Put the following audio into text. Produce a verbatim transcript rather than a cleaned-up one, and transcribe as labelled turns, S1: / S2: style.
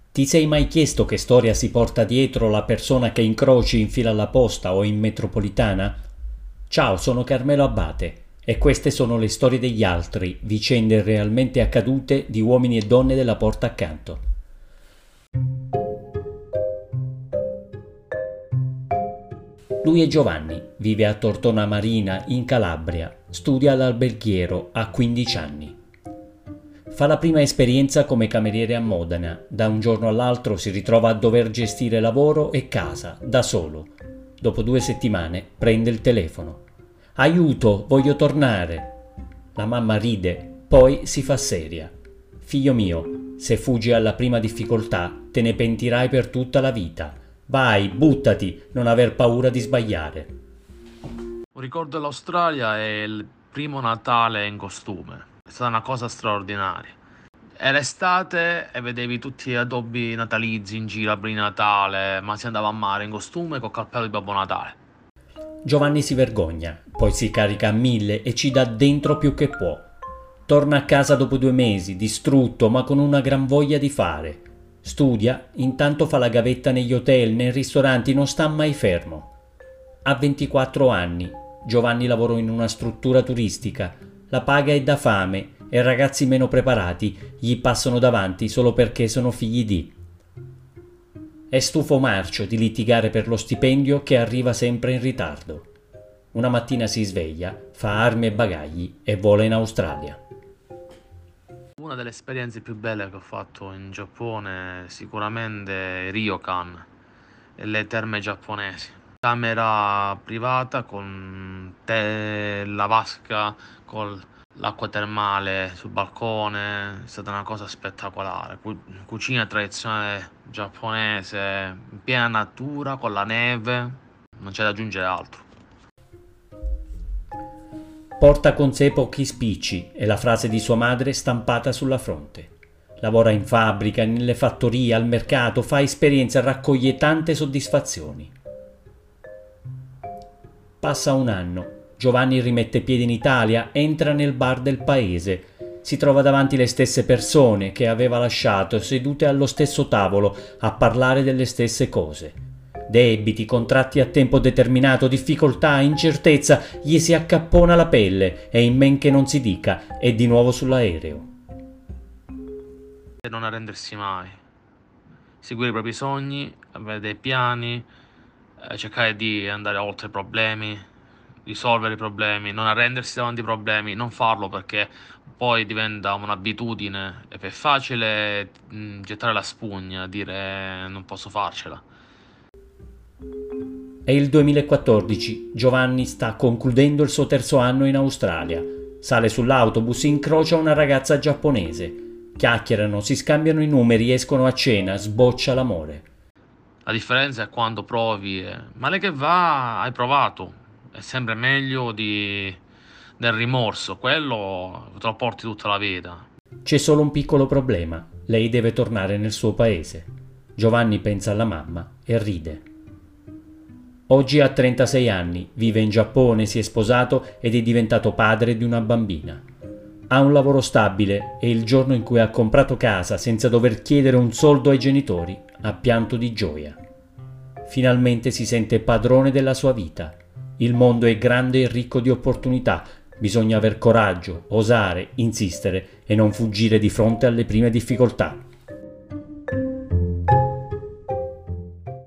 S1: Ti sei mai chiesto che storia si porta dietro la persona che incroci in fila alla posta o in metropolitana? Ciao, sono Carmelo Abate e queste sono le storie degli altri, vicende realmente accadute di uomini e donne della porta accanto. Lui è Giovanni, vive a Tortona Marina in Calabria, studia all'alberghiero, ha quindici anni. Fa la prima esperienza come cameriere a Modena. Da un giorno all'altro si ritrova a dover gestire lavoro e casa, da solo. Dopo due settimane prende il telefono. Aiuto, voglio tornare. La mamma ride, poi si fa seria. Figlio mio, se fuggi alla prima difficoltà, te ne pentirai per tutta la vita. Vai, buttati, non aver paura di sbagliare.
S2: Un ricordo dell'Australia è il primo Natale in costume. È stata una cosa straordinaria. Era estate e vedevi tutti gli addobbi natalizi in giro, alberi di Natale, ma si andava a mare in costume col cappello di Babbo Natale.
S1: Giovanni si vergogna, poi si carica a mille e ci dà dentro più che può. Torna a casa dopo due mesi, distrutto ma con una gran voglia di fare. Studia, intanto fa la gavetta negli hotel, nei ristoranti, non sta mai fermo. Ha ventiquattro anni, Giovanni lavora in una struttura turistica, la paga è da fame e ragazzi meno preparati gli passano davanti solo perché sono figli di. È stufo marcio di litigare per lo stipendio che arriva sempre in ritardo. Una mattina si sveglia, fa armi e bagagli e vola in Australia.
S2: Una delle esperienze più belle che ho fatto in Giappone è sicuramente Ryokan e le terme giapponesi. Camera privata con te, la vasca, con l'acqua termale sul balcone, è stata una cosa spettacolare. Cu- cucina tradizionale giapponese, in piena natura, con la neve, non c'è da aggiungere altro.
S1: Porta con sé pochi spicci e la frase di sua madre stampata sulla fronte. Lavora in fabbrica, nelle fattorie, al mercato, fa esperienze e raccoglie tante soddisfazioni. Passa un anno, Giovanni rimette piede in Italia, entra nel bar del paese, si trova davanti le stesse persone che aveva lasciato sedute allo stesso tavolo a parlare delle stesse cose. Debiti, contratti a tempo determinato, difficoltà, incertezza, gli si accappona la pelle e in men che non si dica è di nuovo sull'aereo.
S2: Non arrendersi mai, seguire i propri sogni, avere dei piani, eh, cercare di andare oltre i problemi, risolvere i problemi, non arrendersi davanti ai problemi, non farlo perché poi diventa un'abitudine e è facile mh, gettare la spugna, dire non posso farcela.
S1: È il duemilaquattordici, Giovanni sta concludendo il suo terzo anno in Australia. Sale sull'autobus, incrocia una ragazza giapponese. Chiacchierano, si scambiano i numeri, escono a cena, sboccia l'amore.
S2: La differenza è quando provi, eh, male che va, hai provato. È sempre meglio di, del rimorso, quello te lo porti tutta la vita.
S1: C'è solo un piccolo problema, lei deve tornare nel suo paese. Giovanni pensa alla mamma e ride. Oggi ha trentasei anni, vive in Giappone, si è sposato ed è diventato padre di una bambina. Ha un lavoro stabile e il giorno in cui ha comprato casa senza dover chiedere un soldo ai genitori ha pianto di gioia. Finalmente si sente padrone della sua vita. Il mondo è grande e ricco di opportunità, bisogna aver coraggio, osare, insistere e non fuggire di fronte alle prime difficoltà.